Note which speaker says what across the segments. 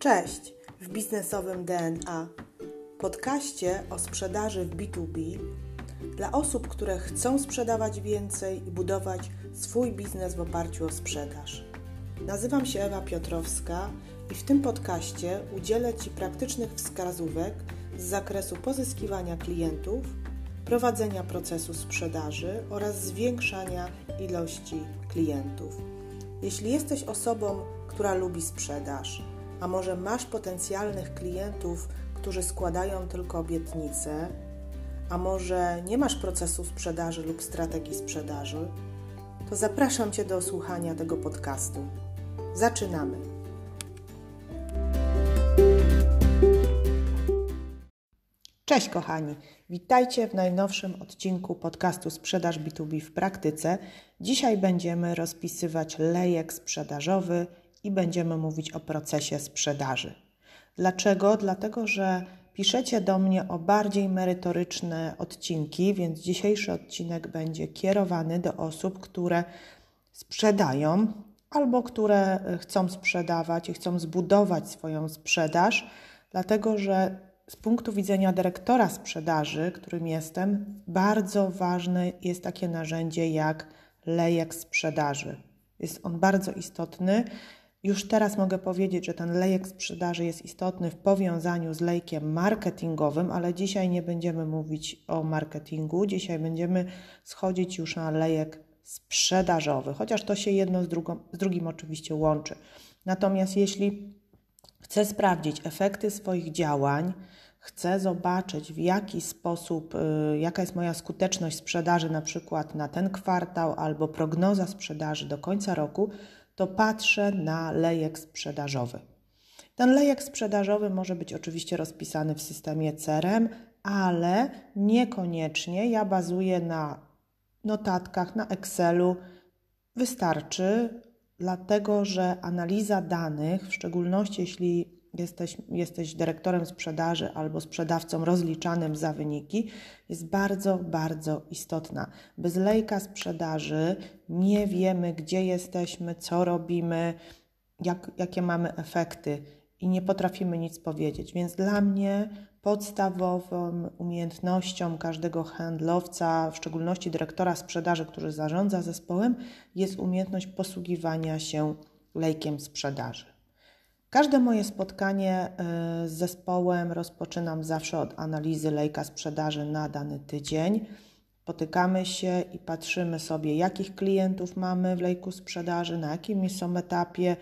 Speaker 1: Cześć w biznesowym DNA, podcaście o sprzedaży w B2B dla osób, które chcą sprzedawać więcej i budować swój biznes w oparciu o sprzedaż. Nazywam się Ewa Piotrowska i w tym podcaście udzielę Ci praktycznych wskazówek z zakresu pozyskiwania klientów, prowadzenia procesu sprzedaży oraz zwiększania ilości klientów. Jeśli jesteś osobą, która lubi sprzedaż, a może masz potencjalnych klientów, którzy składają tylko obietnice, a może nie masz procesu sprzedaży lub strategii sprzedaży, to zapraszam Cię do słuchania tego podcastu. Zaczynamy! Cześć kochani, witajcie w najnowszym odcinku podcastu Sprzedaż B2B w praktyce. Dzisiaj będziemy rozpisywać lejek sprzedażowy i będziemy mówić o procesie sprzedaży. Dlaczego? Dlatego, że piszecie do mnie o bardziej merytoryczne odcinki, więc dzisiejszy odcinek będzie kierowany do osób, które sprzedają albo które chcą sprzedawać i chcą zbudować swoją sprzedaż, dlatego że z punktu widzenia dyrektora sprzedaży, którym jestem, bardzo ważne jest takie narzędzie jak lejek sprzedaży. Jest on bardzo istotny. Już teraz mogę powiedzieć, że ten lejek sprzedaży jest istotny w powiązaniu z lejkiem marketingowym, ale dzisiaj nie będziemy mówić o marketingu. Dzisiaj będziemy schodzić już na lejek sprzedażowy, chociaż to się jedno z drugim oczywiście łączy. Natomiast jeśli chcę sprawdzić efekty swoich działań, chcę zobaczyć w jaki sposób, jaka jest moja skuteczność sprzedaży na przykład na ten kwartał albo prognoza sprzedaży do końca roku, to patrzę na lejek sprzedażowy. Ten lejek sprzedażowy może być oczywiście rozpisany w systemie CRM, ale niekoniecznie ja bazuję na notatkach, na Excelu. Wystarczy, dlatego że analiza danych, w szczególności jeśli jesteś dyrektorem sprzedaży albo sprzedawcą rozliczanym za wyniki, jest bardzo, bardzo istotna. Bez lejka sprzedaży nie wiemy, gdzie jesteśmy, co robimy, jakie mamy efekty i nie potrafimy nic powiedzieć. Więc dla mnie podstawową umiejętnością każdego handlowca, w szczególności dyrektora sprzedaży, który zarządza zespołem, jest umiejętność posługiwania się lejkiem sprzedaży. Każde moje spotkanie z zespołem rozpoczynam zawsze od analizy lejka sprzedaży na dany tydzień. Spotykamy się i patrzymy sobie, jakich klientów mamy w lejku sprzedaży, na jakim są etapie,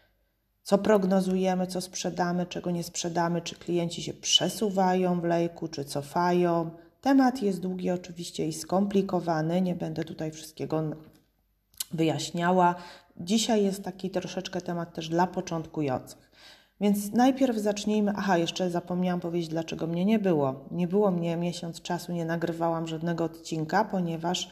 Speaker 1: co prognozujemy, co sprzedamy, czego nie sprzedamy, czy klienci się przesuwają w lejku, czy cofają. Temat jest długi oczywiście i skomplikowany, nie będę tutaj wszystkiego wyjaśniała. Dzisiaj jest taki troszeczkę temat też dla początkujących. Więc najpierw zacznijmy. Jeszcze zapomniałam powiedzieć, dlaczego mnie nie było. Nie było mnie miesiąc czasu, nie nagrywałam żadnego odcinka, ponieważ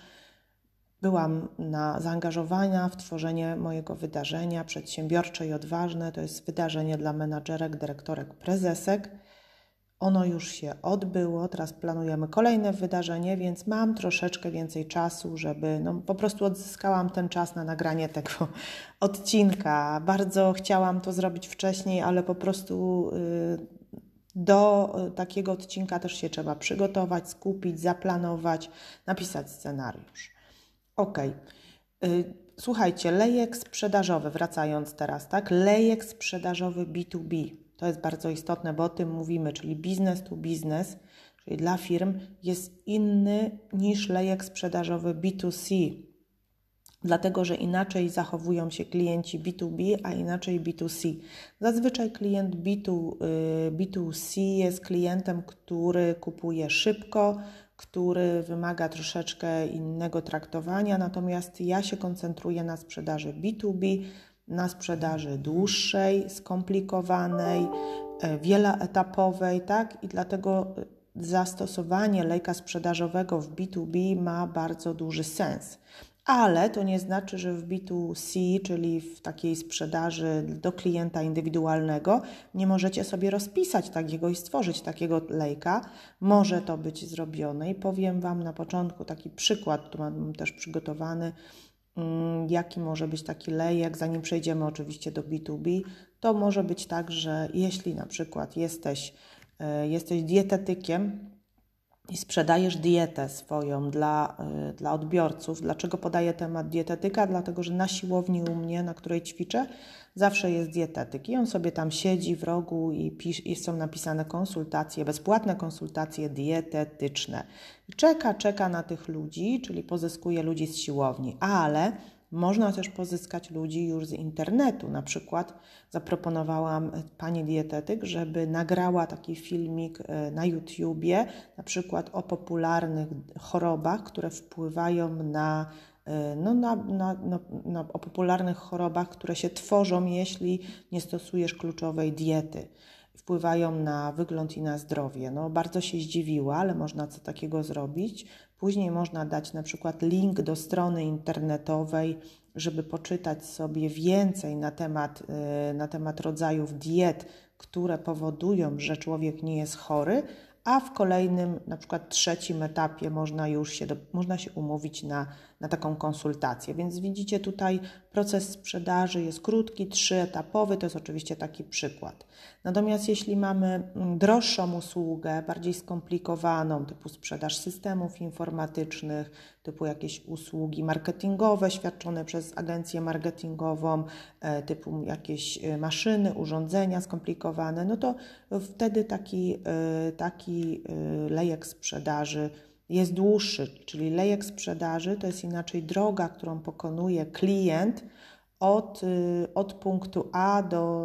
Speaker 1: byłam zaangażowana w tworzenie mojego wydarzenia Przedsiębiorcze i Odważne. To jest wydarzenie dla menadżerek, dyrektorek, prezesek. Ono już się odbyło, teraz planujemy kolejne wydarzenie, więc mam troszeczkę więcej czasu, żeby, po prostu odzyskałam ten czas na nagranie tego odcinka. Bardzo chciałam to zrobić wcześniej, ale po prostu do takiego odcinka też się trzeba przygotować, skupić, zaplanować, napisać scenariusz. Słuchajcie, lejek sprzedażowy, wracając teraz, tak? Lejek sprzedażowy B2B. To jest bardzo istotne, bo o tym mówimy, czyli business to business, czyli dla firm jest inny niż lejek sprzedażowy B2C, dlatego że inaczej zachowują się klienci B2B, a inaczej B2C. Zazwyczaj klient B2C jest klientem, który kupuje szybko, który wymaga troszeczkę innego traktowania, natomiast ja się koncentruję na sprzedaży B2B, na sprzedaży dłuższej, skomplikowanej, wieloetapowej, tak? I dlatego zastosowanie lejka sprzedażowego w B2B ma bardzo duży sens. Ale to nie znaczy, że w B2C, czyli w takiej sprzedaży do klienta indywidualnego, nie możecie sobie rozpisać takiego i stworzyć takiego lejka. Może to być zrobione i powiem Wam na początku taki przykład, tu mam też przygotowany, jaki może być taki lejek, zanim przejdziemy oczywiście do B2B, to może być tak, że jeśli na przykład jesteś dietetykiem i sprzedajesz dietę swoją dla odbiorców. Dlaczego podaję temat dietetyka? Dlatego, że na siłowni u mnie, na której ćwiczę, zawsze jest dietetyk i on sobie tam siedzi w rogu i są napisane konsultacje, bezpłatne konsultacje dietetyczne. Czeka na tych ludzi, czyli pozyskuje ludzi z siłowni, ale można też pozyskać ludzi już z internetu. Na przykład zaproponowałam pani dietetyk, żeby nagrała taki filmik na YouTubie, na przykład o popularnych chorobach, które wpływają o popularnych chorobach, które się tworzą, jeśli nie stosujesz kluczowej diety. Wpływają na wygląd i na zdrowie. Bardzo się zdziwiła, ale można co takiego zrobić. Później można dać na przykład link do strony internetowej, żeby poczytać sobie więcej na temat rodzajów diet, które powodują, że człowiek nie jest chory, a w kolejnym, na przykład trzecim etapie można się umówić na taką konsultację. Więc widzicie tutaj proces sprzedaży jest krótki, 3-etapowy, to jest oczywiście taki przykład. Natomiast jeśli mamy droższą usługę, bardziej skomplikowaną, typu sprzedaż systemów informatycznych, typu jakieś usługi marketingowe świadczone przez agencję marketingową, typu jakieś maszyny, urządzenia skomplikowane, no to wtedy taki lejek sprzedaży jest dłuższy, czyli lejek sprzedaży to jest inaczej droga, którą pokonuje klient od punktu A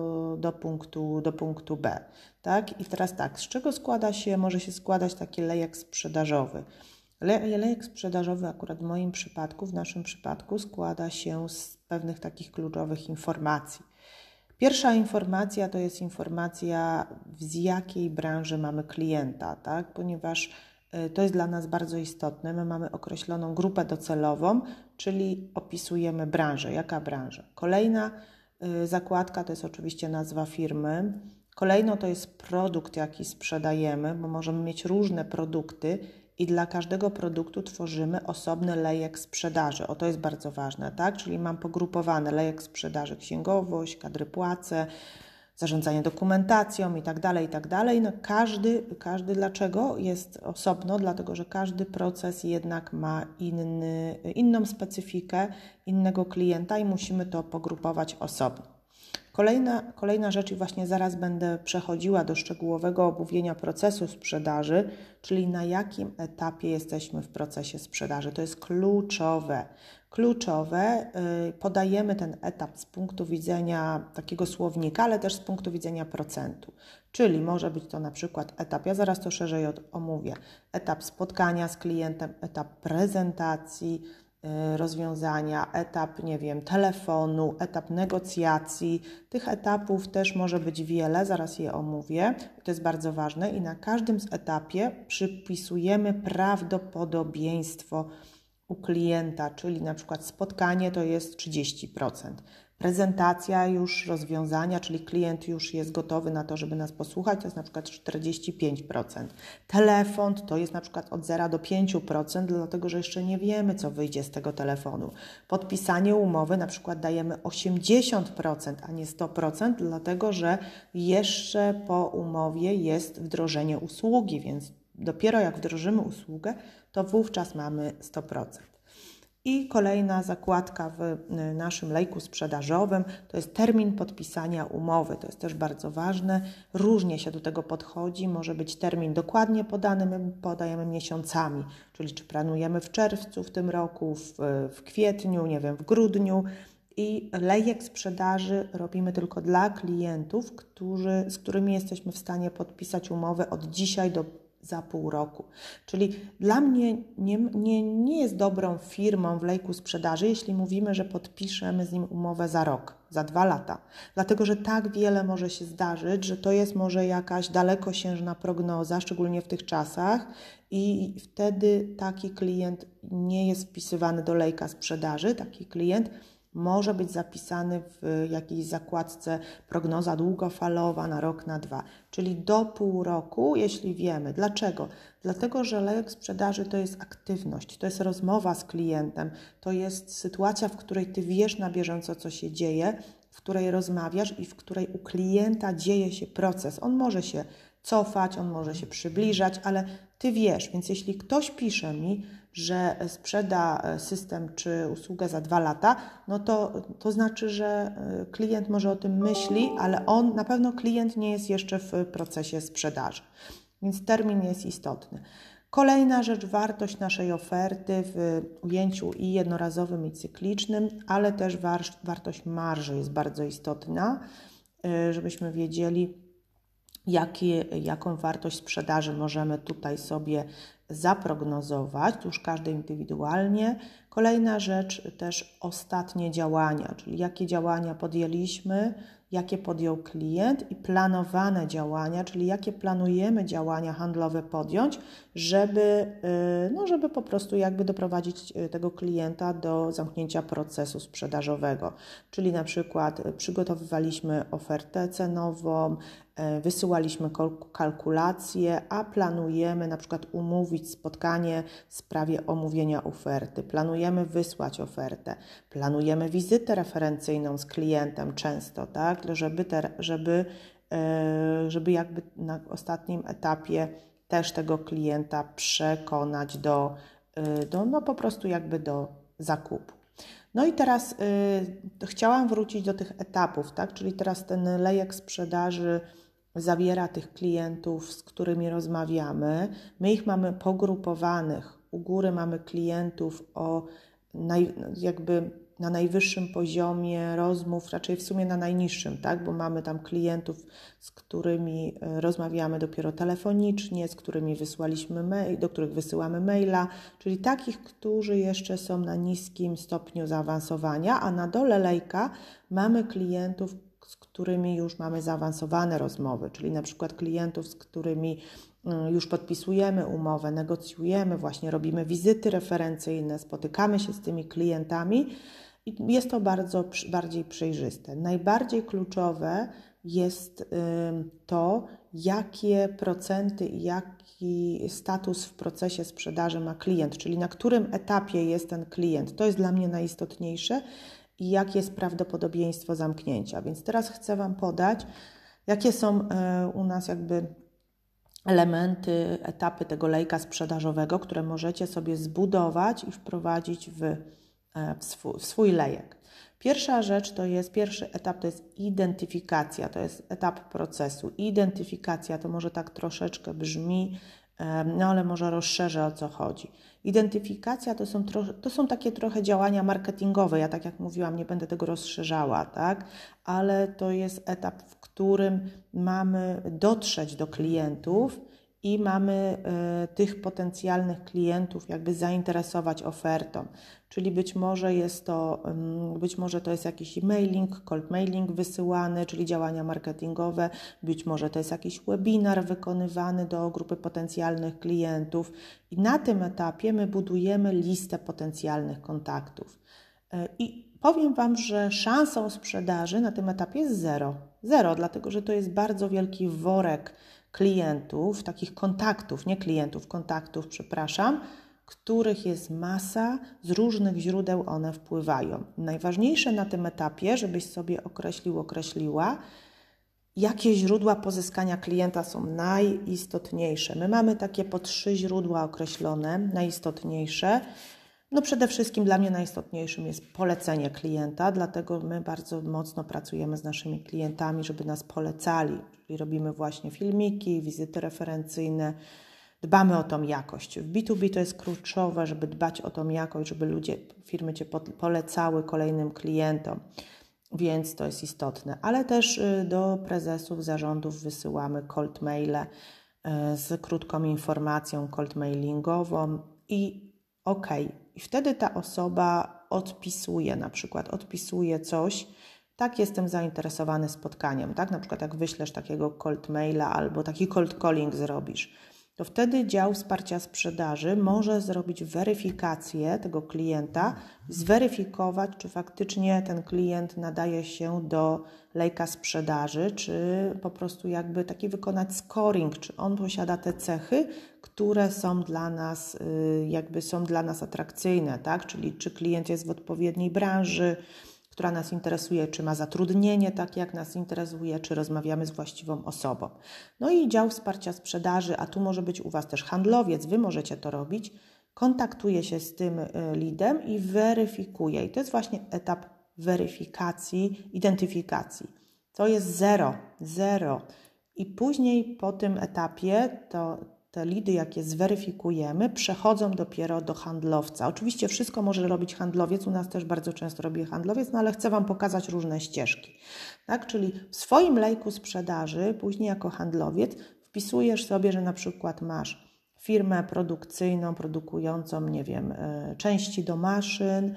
Speaker 1: do punktu B. Tak? I teraz tak, z czego może się składać taki lejek sprzedażowy? Lejek sprzedażowy akurat w naszym przypadku składa się z pewnych takich kluczowych informacji. Pierwsza informacja to jest informacja, z jakiej branży mamy klienta, tak? Ponieważ to jest dla nas bardzo istotne. My mamy określoną grupę docelową, czyli opisujemy branżę. Jaka branża? Kolejna zakładka to jest oczywiście nazwa firmy. Kolejno to jest produkt, jaki sprzedajemy, bo możemy mieć różne produkty i dla każdego produktu tworzymy osobny lejek sprzedaży. To jest bardzo ważne, tak? Czyli mam pogrupowane lejek sprzedaży, księgowość, kadry płace, zarządzanie dokumentacją i tak dalej. Każdy dlaczego jest osobno? Dlatego, że każdy proces jednak ma inną specyfikę, innego klienta i musimy to pogrupować osobno. Kolejna rzecz i właśnie zaraz będę przechodziła do szczegółowego omówienia procesu sprzedaży, czyli na jakim etapie jesteśmy w procesie sprzedaży. To jest kluczowe. Podajemy ten etap z punktu widzenia takiego słownika, ale też z punktu widzenia procentu. Czyli może być to na przykład etap, ja zaraz to szerzej omówię, etap spotkania z klientem, etap prezentacji rozwiązania, etap, telefonu, etap negocjacji. Tych etapów też może być wiele, zaraz je omówię. To jest bardzo ważne i na każdym z etapie przypisujemy prawdopodobieństwo u klienta, czyli na przykład spotkanie to jest 30%. Prezentacja już rozwiązania, czyli klient już jest gotowy na to, żeby nas posłuchać, to jest na przykład 45%. Telefon to jest na przykład od 0 do 5%, dlatego że jeszcze nie wiemy, co wyjdzie z tego telefonu. Podpisanie umowy na przykład dajemy 80%, a nie 100%, dlatego że jeszcze po umowie jest wdrożenie usługi, więc dopiero jak wdrożymy usługę, to wówczas mamy 100%. I kolejna zakładka w naszym lejku sprzedażowym to jest termin podpisania umowy. To jest też bardzo ważne. Różnie się do tego podchodzi. Może być termin dokładnie podany, my podajemy miesiącami, czyli czy planujemy w czerwcu w tym roku, w kwietniu, w grudniu. I lejek sprzedaży robimy tylko dla klientów, z którymi jesteśmy w stanie podpisać umowę od dzisiaj za pół roku. Czyli dla mnie nie jest dobrą firmą w lejku sprzedaży, jeśli mówimy, że podpiszemy z nim umowę za rok, za 2 lata. Dlatego, że tak wiele może się zdarzyć, że to jest może jakaś dalekosiężna prognoza, szczególnie w tych czasach i wtedy taki klient nie jest wpisywany do lejka sprzedaży. Taki klient może być zapisany w jakiejś zakładce prognoza długofalowa na rok, na 2, czyli do pół roku, jeśli wiemy. Dlaczego? Dlatego, że lejek sprzedaży to jest aktywność, to jest rozmowa z klientem, to jest sytuacja, w której Ty wiesz na bieżąco, co się dzieje, w której rozmawiasz i w której u klienta dzieje się proces. On może się cofać, on może się przybliżać, ale Ty wiesz, więc jeśli ktoś pisze mi, że sprzeda system czy usługę za 2 lata, no to znaczy, że klient może o tym myśli, ale na pewno klient nie jest jeszcze w procesie sprzedaży. Więc termin jest istotny. Kolejna rzecz, wartość naszej oferty w ujęciu i jednorazowym, i cyklicznym, ale też wartość marży jest bardzo istotna, żebyśmy wiedzieli, jaką wartość sprzedaży możemy tutaj sobie zaprognozować, tu już każdy indywidualnie. Kolejna rzecz, też ostatnie działania, czyli jakie działania podjęliśmy, jakie podjął klient i planowane działania, czyli jakie planujemy działania handlowe podjąć, żeby po prostu jakby doprowadzić tego klienta do zamknięcia procesu sprzedażowego. Czyli na przykład przygotowywaliśmy ofertę cenową, wysyłaliśmy kalkulacje, a planujemy na przykład umówić spotkanie w sprawie omówienia oferty. Planujemy wysłać ofertę, planujemy wizytę referencyjną z klientem często, tak, żeby jakby na ostatnim etapie też tego klienta przekonać po prostu jakby do zakupu. No i teraz chciałam wrócić do tych etapów, tak? Czyli teraz ten lejek sprzedaży zawiera tych klientów, z którymi rozmawiamy. My ich mamy pogrupowanych. U góry mamy klientów na najwyższym poziomie rozmów, raczej w sumie na najniższym, tak? Bo mamy tam klientów, z którymi rozmawiamy dopiero telefonicznie, z którymi do których wysyłamy maila, czyli takich, którzy jeszcze są na niskim stopniu zaawansowania, a na dole lejka mamy klientów, z którymi już mamy zaawansowane rozmowy, czyli na przykład klientów, z którymi już podpisujemy umowę, negocjujemy, właśnie robimy wizyty referencyjne, spotykamy się z tymi klientami i jest to bardziej przejrzyste. Najbardziej kluczowe jest to, jakie procenty i jaki status w procesie sprzedaży ma klient, czyli na którym etapie jest ten klient. To jest dla mnie najistotniejsze i jakie jest prawdopodobieństwo zamknięcia. Więc teraz chcę Wam podać, jakie są u nas jakby elementy, etapy tego lejka sprzedażowego, które możecie sobie zbudować i wprowadzić w swój lejek. Pierwszy etap to jest identyfikacja, to jest etap procesu. Identyfikacja to może tak troszeczkę brzmi, ale może rozszerzę, o co chodzi. Identyfikacja to są takie trochę działania marketingowe. Ja tak jak mówiłam, nie będę tego rozszerzała, tak? Ale to jest etap, w którym mamy dotrzeć do klientów i mamy tych potencjalnych klientów jakby zainteresować ofertą. Czyli być może to jest jakiś mailing, cold mailing wysyłany, czyli działania marketingowe, być może to jest jakiś webinar wykonywany do grupy potencjalnych klientów i na tym etapie my budujemy listę potencjalnych kontaktów. I powiem Wam, że szansą sprzedaży na tym etapie jest zero. Zero, dlatego że to jest bardzo wielki worek klientów, takich kontaktów, nie klientów, kontaktów, których jest masa, z różnych źródeł one wpływają. Najważniejsze na tym etapie, żebyś sobie określiła, jakie źródła pozyskania klienta są najistotniejsze. My mamy takie po 3 źródła określone, najistotniejsze. No przede wszystkim dla mnie najistotniejszym jest polecenie klienta, dlatego my bardzo mocno pracujemy z naszymi klientami, żeby nas polecali, czyli robimy właśnie filmiki, wizyty referencyjne, dbamy o tą jakość. W B2B to jest kluczowe, żeby dbać o tą jakość, żeby firmy Cię polecały kolejnym klientom, więc to jest istotne. Ale też do prezesów, zarządów wysyłamy cold maile z krótką informacją cold mailingową i I wtedy ta osoba odpisuje coś, tak, jestem zainteresowany spotkaniem, tak, na przykład jak wyślesz takiego cold maila albo taki cold calling zrobisz, to wtedy dział wsparcia sprzedaży może zrobić weryfikację tego klienta, zweryfikować, czy faktycznie ten klient nadaje się do lejka sprzedaży, czy po prostu jakby taki wykonać scoring, czy on posiada te cechy, które są dla nas, są dla nas atrakcyjne, tak? Czyli czy klient jest w odpowiedniej branży, która nas interesuje, czy ma zatrudnienie tak jak nas interesuje, czy rozmawiamy z właściwą osobą. No i dział wsparcia sprzedaży, a tu może być u Was też handlowiec, Wy możecie to robić, kontaktuje się z tym leadem i weryfikuje. I to jest właśnie etap weryfikacji, identyfikacji. To jest zero. I później po tym etapie te lidy, jakie zweryfikujemy, przechodzą dopiero do handlowca. Oczywiście wszystko może robić handlowiec, u nas też bardzo często robi handlowiec, no ale chcę Wam pokazać różne ścieżki. Tak? Czyli w swoim lejku sprzedaży, później jako handlowiec, wpisujesz sobie, że na przykład masz firmę produkcyjną, produkującą, nie wiem, części do maszyn,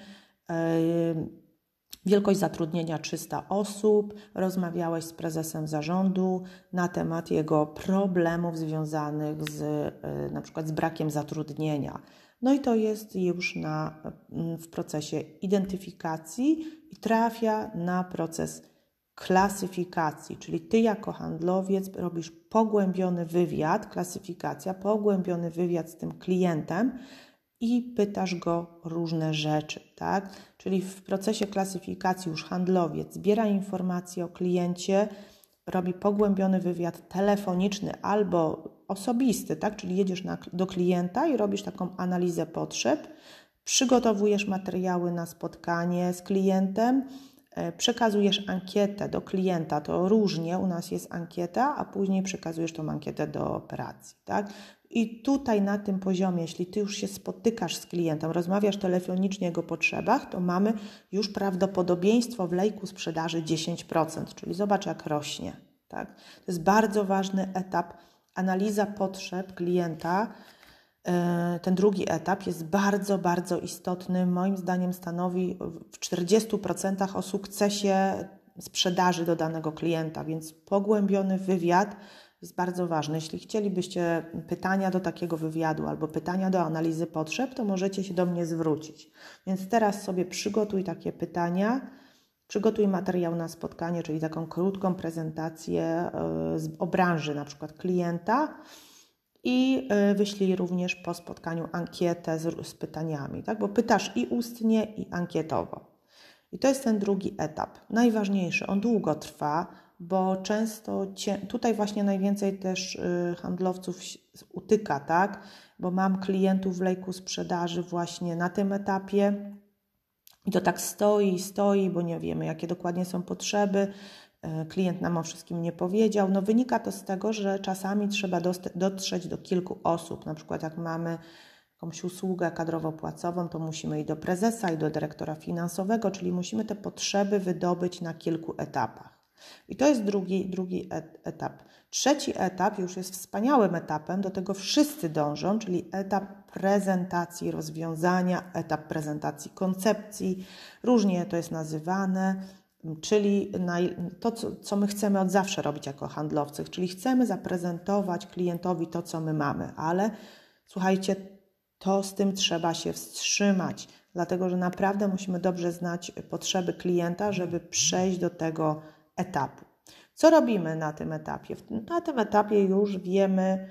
Speaker 1: wielkość zatrudnienia 300 osób, rozmawiałeś z prezesem zarządu na temat jego problemów związanych na przykład z brakiem zatrudnienia. No i to jest już w procesie identyfikacji i trafia na proces klasyfikacji, czyli Ty jako handlowiec robisz pogłębiony wywiad, klasyfikacja, pogłębiony wywiad z tym klientem, i pytasz go różne rzeczy, tak? Czyli w procesie klasyfikacji już handlowiec zbiera informacje o kliencie, robi pogłębiony wywiad telefoniczny albo osobisty, tak? Czyli jedziesz do klienta i robisz taką analizę potrzeb, przygotowujesz materiały na spotkanie z klientem, przekazujesz ankietę do klienta, to różnie, u nas jest ankieta, a później przekazujesz tą ankietę do operacji, tak? I tutaj na tym poziomie, jeśli Ty już się spotykasz z klientem, rozmawiasz telefonicznie o jego potrzebach, to mamy już prawdopodobieństwo w lejku sprzedaży 10%, czyli zobacz jak rośnie, tak? To jest bardzo ważny etap, analiza potrzeb klienta. Ten drugi etap jest bardzo, bardzo istotny. Moim zdaniem stanowi w 40% o sukcesie sprzedaży do danego klienta, więc pogłębiony wywiad jest bardzo ważny. Jeśli chcielibyście pytania do takiego wywiadu albo pytania do analizy potrzeb, to możecie się do mnie zwrócić. Więc teraz sobie przygotuj takie pytania, przygotuj materiał na spotkanie, czyli taką krótką prezentację o branży, na przykład klienta, i wyślij również po spotkaniu ankietę z pytaniami, tak? Bo pytasz i ustnie, i ankietowo. I to jest ten drugi etap. Najważniejszy, on długo trwa, bo często tutaj właśnie najwięcej też handlowców utyka, tak? Bo mam klientów w lejku sprzedaży właśnie na tym etapie i to tak stoi, bo nie wiemy, jakie dokładnie są potrzeby. Klient nam o wszystkim nie powiedział. No wynika to z tego, że czasami trzeba dotrzeć do kilku osób. Na przykład jak mamy jakąś usługę kadrowo-płacową, to musimy iść do prezesa i do dyrektora finansowego, czyli musimy te potrzeby wydobyć na kilku etapach. I to jest drugi etap. Trzeci etap już jest wspaniałym etapem, do tego wszyscy dążą, czyli etap prezentacji rozwiązania, etap prezentacji koncepcji, różnie to jest nazywane, czyli to, co my chcemy od zawsze robić jako handlowcy, czyli chcemy zaprezentować klientowi to, co my mamy, ale słuchajcie, to z tym trzeba się wstrzymać, dlatego że naprawdę musimy dobrze znać potrzeby klienta, żeby przejść do tego etapu. Co robimy na tym etapie? Na tym etapie już wiemy,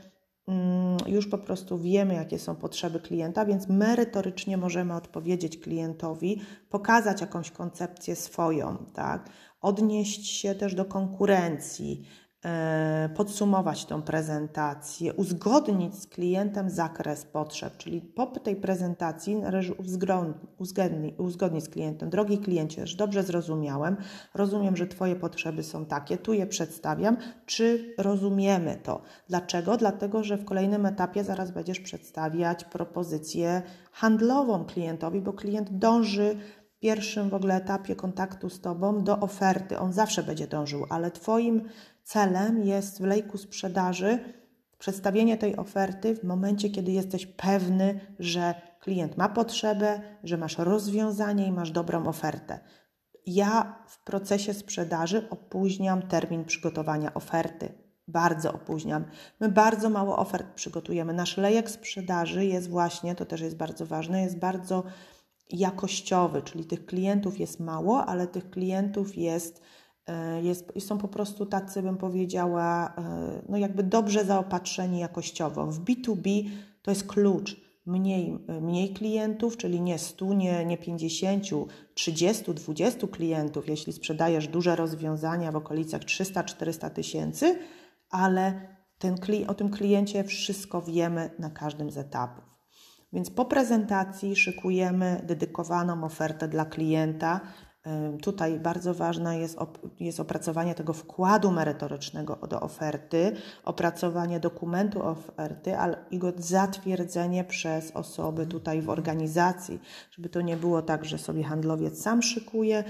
Speaker 1: już po prostu wiemy, jakie są potrzeby klienta, więc merytorycznie możemy odpowiedzieć klientowi, pokazać jakąś koncepcję swoją, tak? Odnieść się też do konkurencji, podsumować tą prezentację, uzgodnić z klientem zakres potrzeb, czyli po tej prezentacji należy uzgodnić z klientem. Drogi kliencie, już dobrze zrozumiałem, rozumiem, że Twoje potrzeby są takie, tu je przedstawiam, czy rozumiemy to? Dlaczego? Dlatego, że w kolejnym etapie zaraz będziesz przedstawiać propozycję handlową klientowi, bo klient dąży w pierwszym w ogóle etapie kontaktu z Tobą do oferty. On zawsze będzie dążył, ale Twoim celem jest w lejku sprzedaży przedstawienie tej oferty w momencie, kiedy jesteś pewny, że klient ma potrzebę, że masz rozwiązanie i masz dobrą ofertę. Ja w procesie sprzedaży opóźniam termin przygotowania oferty. bardzo opóźniam. My bardzo mało ofert przygotujemy. Nasz lejek sprzedaży jest właśnie, to też jest bardzo ważne, jest bardzo jakościowy, czyli tych klientów jest mało, ale tych klientów są po prostu tacy, bym powiedziała, no jakby dobrze zaopatrzeni jakościowo. W B2B to jest klucz. Mniej klientów, czyli nie 100, nie 50, 30, 20 klientów, jeśli sprzedajesz duże rozwiązania w okolicach 300-400 tysięcy, ale o tym kliencie wszystko wiemy na każdym z etapów. Więc po prezentacji szykujemy dedykowaną ofertę dla klienta. Tutaj bardzo ważne jest opracowanie tego wkładu merytorycznego do oferty, opracowanie dokumentu oferty i go zatwierdzenie przez osoby tutaj w organizacji, żeby to nie było tak, że sobie handlowiec sam szykuje,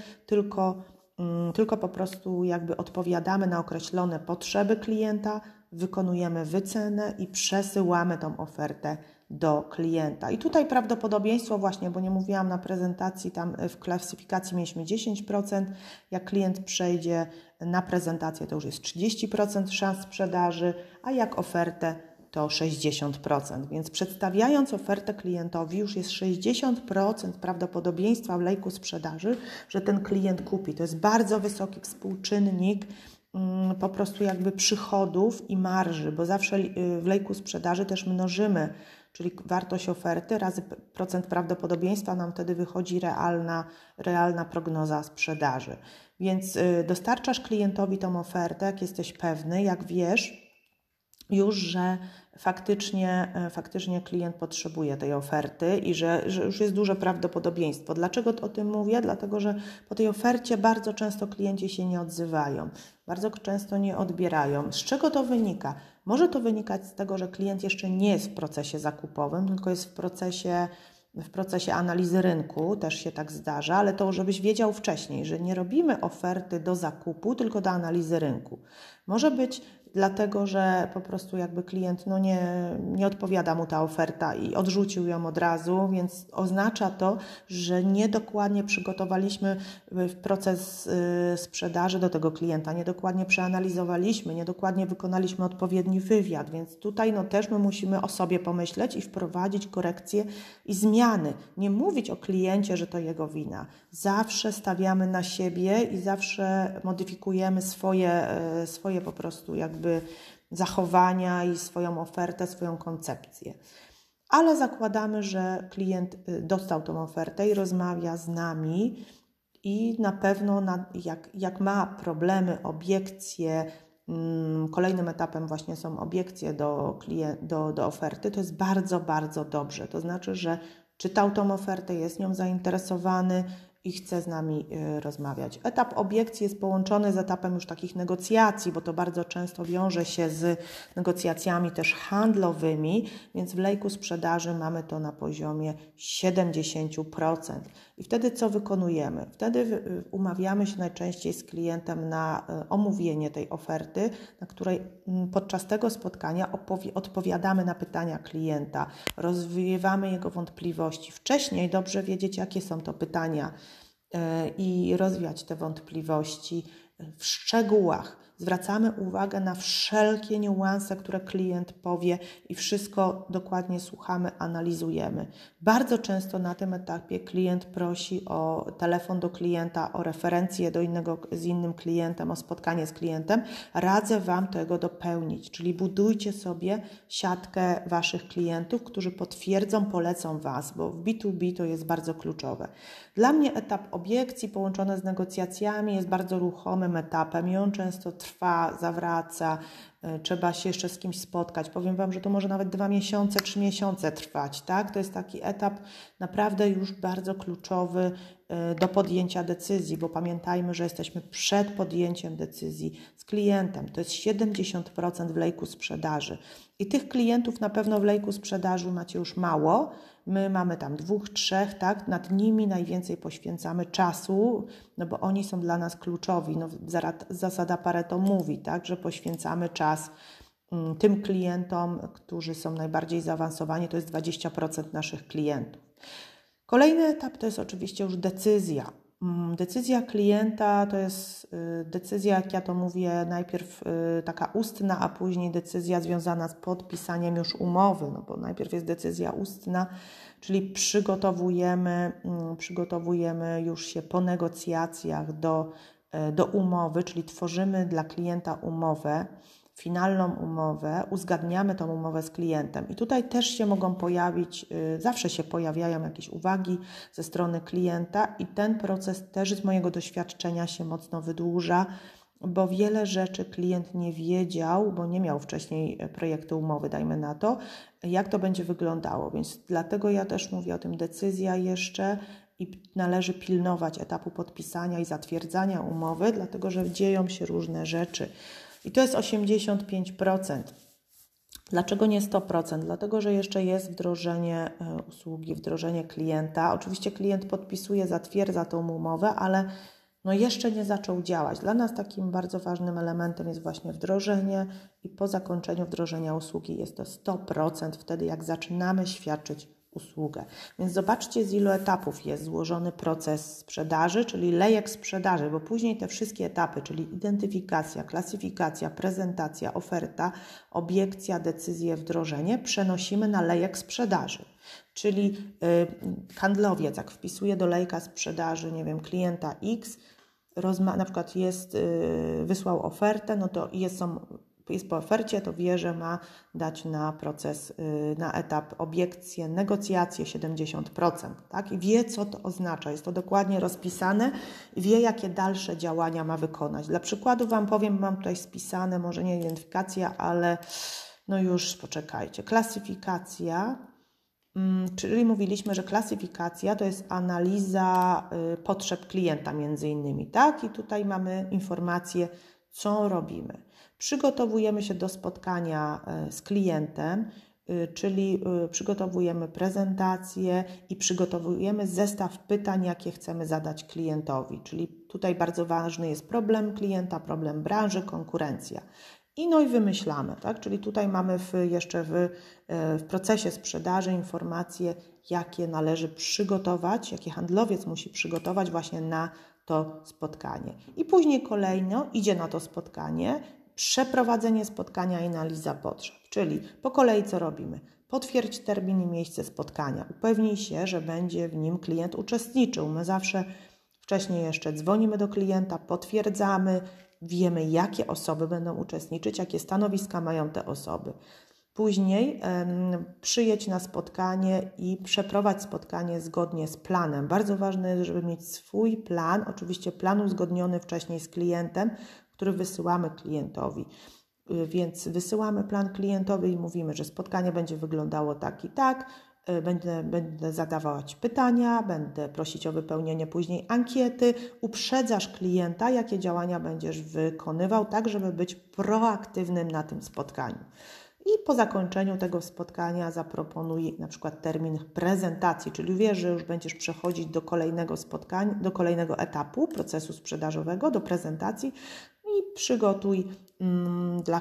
Speaker 1: tylko po prostu jakby odpowiadamy na określone potrzeby klienta, wykonujemy wycenę i przesyłamy tą ofertę do klienta. I tutaj prawdopodobieństwo właśnie, bo nie mówiłam na prezentacji, tam w klasyfikacji mieliśmy 10%, jak klient przejdzie na prezentację, to już jest 30% szans sprzedaży, a jak ofertę to 60%. Więc przedstawiając ofertę klientowi już jest 60% prawdopodobieństwa w lejku sprzedaży, że ten klient kupi. To jest bardzo wysoki współczynnik po prostu jakby przychodów i marży, bo zawsze w lejku sprzedaży też mnożymy, czyli wartość oferty razy procent prawdopodobieństwa, nam wtedy wychodzi realna prognoza sprzedaży. Więc dostarczasz klientowi tą ofertę, jak jesteś pewny, jak wiesz już, że faktycznie klient potrzebuje tej oferty i że już jest duże prawdopodobieństwo. Dlaczego o tym mówię? Dlatego, że po tej ofercie bardzo często klienci się nie odzywają, bardzo często nie odbierają. Z czego to wynika? Może to wynikać z tego, że klient jeszcze nie jest w procesie zakupowym, tylko jest w procesie analizy rynku, też się tak zdarza, ale to żebyś wiedział wcześniej, że nie robimy oferty do zakupu, tylko do analizy rynku. Może być dlatego, że po prostu jakby klient nie odpowiada mu ta oferta i odrzucił ją od razu, więc oznacza to, że niedokładnie przygotowaliśmy proces sprzedaży do tego klienta, niedokładnie przeanalizowaliśmy, niedokładnie wykonaliśmy odpowiedni wywiad, więc tutaj też my musimy o sobie pomyśleć i wprowadzić korekcje i zmiany. Nie mówić o kliencie, że to jego wina. Zawsze stawiamy na siebie i zawsze modyfikujemy swoje po prostu jakby zachowania i swoją ofertę, swoją koncepcję. Ale zakładamy, że klient dostał tą ofertę i rozmawia z nami i na pewno jak ma problemy, obiekcje, kolejnym etapem właśnie są obiekcje do oferty, to jest bardzo, bardzo dobrze. To znaczy, że czytał tą ofertę, jest nią zainteresowany i chce z nami rozmawiać. Etap obiekcji jest połączony z etapem już takich negocjacji, bo to bardzo często wiąże się z negocjacjami też handlowymi, więc w lejku sprzedaży mamy to na poziomie 70%. I wtedy co wykonujemy? Wtedy umawiamy się najczęściej z klientem na omówienie tej oferty, na której podczas tego spotkania odpowiadamy na pytania klienta, rozwiewamy jego wątpliwości. Wcześniej dobrze wiedzieć, jakie są to pytania i rozwiać te wątpliwości w szczegółach. Zwracamy uwagę na wszelkie niuanse, które klient powie i wszystko dokładnie słuchamy, analizujemy. Bardzo często na tym etapie klient prosi o telefon do klienta, o referencję z innym klientem, o spotkanie z klientem. Radzę Wam tego dopełnić, czyli budujcie sobie siatkę Waszych klientów, którzy potwierdzą, polecą Was, bo w B2B to jest bardzo kluczowe. Dla mnie etap obiekcji połączony z negocjacjami jest bardzo ruchomym etapem i on często trwa, zawraca, trzeba się jeszcze z kimś spotkać. Powiem Wam, że to może nawet 2 miesiące, 3 miesiące trwać, tak? To jest taki etap naprawdę już bardzo kluczowy do podjęcia decyzji, bo pamiętajmy, że jesteśmy przed podjęciem decyzji z klientem. To jest 70% w lejku sprzedaży. I tych klientów na pewno w lejku sprzedaży macie już mało. My mamy tam 2, 3, tak? Nad nimi najwięcej poświęcamy czasu, no bo oni są dla nas kluczowi. Zasada Pareto mówi, tak? Że poświęcamy czas tym klientom, którzy są najbardziej zaawansowani, to jest 20% naszych klientów. Kolejny etap to jest oczywiście już decyzja. Decyzja klienta to jest decyzja, jak ja to mówię, najpierw taka ustna, a później decyzja związana z podpisaniem już umowy, no bo najpierw jest decyzja ustna, czyli przygotowujemy już się po negocjacjach do umowy, czyli tworzymy dla klienta umowę, finalną umowę, uzgadniamy tą umowę z klientem i tutaj też się mogą pojawić, zawsze się pojawiają jakieś uwagi ze strony klienta i ten proces też z mojego doświadczenia się mocno wydłuża, bo wiele rzeczy klient nie wiedział, bo nie miał wcześniej projektu umowy, dajmy na to, jak to będzie wyglądało, więc dlatego ja też mówię o tym decyzja jeszcze i należy pilnować etapu podpisania i zatwierdzania umowy, dlatego że dzieją się różne rzeczy. I to jest 85%. Dlaczego nie 100%? Dlatego, że jeszcze jest wdrożenie usługi, wdrożenie klienta. Oczywiście klient podpisuje, zatwierdza tą umowę, ale jeszcze nie zaczął działać. Dla nas takim bardzo ważnym elementem jest właśnie wdrożenie i po zakończeniu wdrożenia usługi jest to 100% wtedy, jak zaczynamy świadczyć usługę. Więc zobaczcie, z ilu etapów jest złożony proces sprzedaży, czyli lejek sprzedaży, bo później te wszystkie etapy, czyli identyfikacja, klasyfikacja, prezentacja, oferta, obiekcja, decyzje, wdrożenie, przenosimy na lejek sprzedaży. Czyli handlowiec, jak wpisuje do lejka sprzedaży, klienta X, na przykład wysłał ofertę, no to jest po ofercie, to wie, że ma dać na proces, na etap obiekcję, negocjacje 70%, tak? I wie, co to oznacza. Jest to dokładnie rozpisane i wie, jakie dalsze działania ma wykonać. Dla przykładu Wam powiem, mam tutaj spisane, może nie identyfikacja, ale już poczekajcie. Klasyfikacja, czyli mówiliśmy, że klasyfikacja to jest analiza potrzeb klienta między innymi, tak? I tutaj mamy informację, co robimy. Przygotowujemy się do spotkania z klientem, czyli przygotowujemy prezentację i przygotowujemy zestaw pytań, jakie chcemy zadać klientowi. Czyli tutaj bardzo ważny jest problem klienta, problem branży, konkurencja. I wymyślamy, tak? Czyli tutaj mamy jeszcze w procesie sprzedaży informacje, jakie należy przygotować, jakie handlowiec musi przygotować właśnie na to spotkanie. I później kolejno idzie na to spotkanie, przeprowadzenie spotkania i analiza potrzeb. Czyli po kolei co robimy? Potwierdź termin i miejsce spotkania. Upewnij się, że będzie w nim klient uczestniczył. My zawsze wcześniej jeszcze dzwonimy do klienta, potwierdzamy, wiemy, jakie osoby będą uczestniczyć, jakie stanowiska mają te osoby. Później przyjedź na spotkanie i przeprowadź spotkanie zgodnie z planem. Bardzo ważne jest, żeby mieć swój plan, oczywiście plan uzgodniony wcześniej z klientem, który wysyłamy klientowi. Więc wysyłamy plan klientowi i mówimy, że spotkanie będzie wyglądało tak i tak, będę zadawać pytania, będę prosić o wypełnienie później ankiety, uprzedzasz klienta, jakie działania będziesz wykonywał, tak żeby być proaktywnym na tym spotkaniu. I po zakończeniu tego spotkania zaproponuj na przykład termin prezentacji, czyli wiesz, że już będziesz przechodzić do kolejnego spotkania, do kolejnego etapu procesu sprzedażowego, do prezentacji i przygotuj dla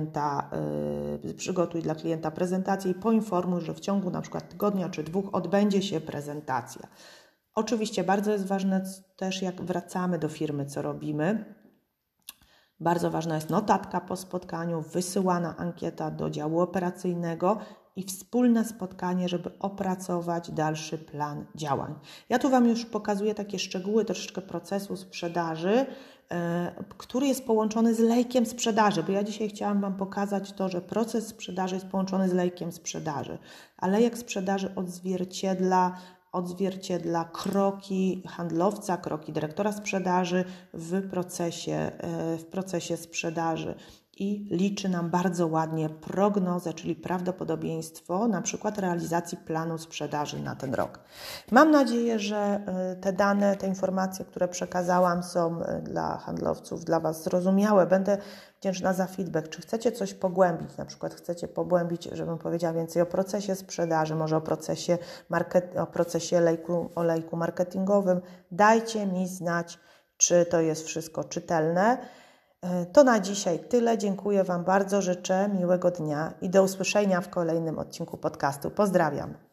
Speaker 1: klienta prezentację i poinformuj, że w ciągu na przykład tygodnia czy 2 odbędzie się prezentacja. Oczywiście bardzo jest ważne też, jak wracamy do firmy, co robimy. Bardzo ważna jest notatka po spotkaniu, wysyłana ankieta do działu operacyjnego i wspólne spotkanie, żeby opracować dalszy plan działań. Ja tu Wam już pokazuję takie szczegóły troszeczkę procesu sprzedaży, który jest połączony z lejkiem sprzedaży, bo ja dzisiaj chciałam Wam pokazać to, że proces sprzedaży jest połączony z lejkiem sprzedaży, a lejek sprzedaży odzwierciedla kroki handlowca, kroki dyrektora sprzedaży w procesie sprzedaży i liczy nam bardzo ładnie prognozę, czyli prawdopodobieństwo na przykład realizacji planu sprzedaży na ten rok. Mam nadzieję, że te dane, te informacje, które przekazałam, są dla handlowców, dla Was zrozumiałe. Będę wdzięczna za feedback. Czy chcecie coś pogłębić? Na przykład chcecie pogłębić, żebym powiedziała więcej o procesie sprzedaży, może o procesie lejku marketingowym. Dajcie mi znać, czy to jest wszystko czytelne. To na dzisiaj tyle. Dziękuję Wam bardzo, życzę miłego dnia i do usłyszenia w kolejnym odcinku podcastu. Pozdrawiam.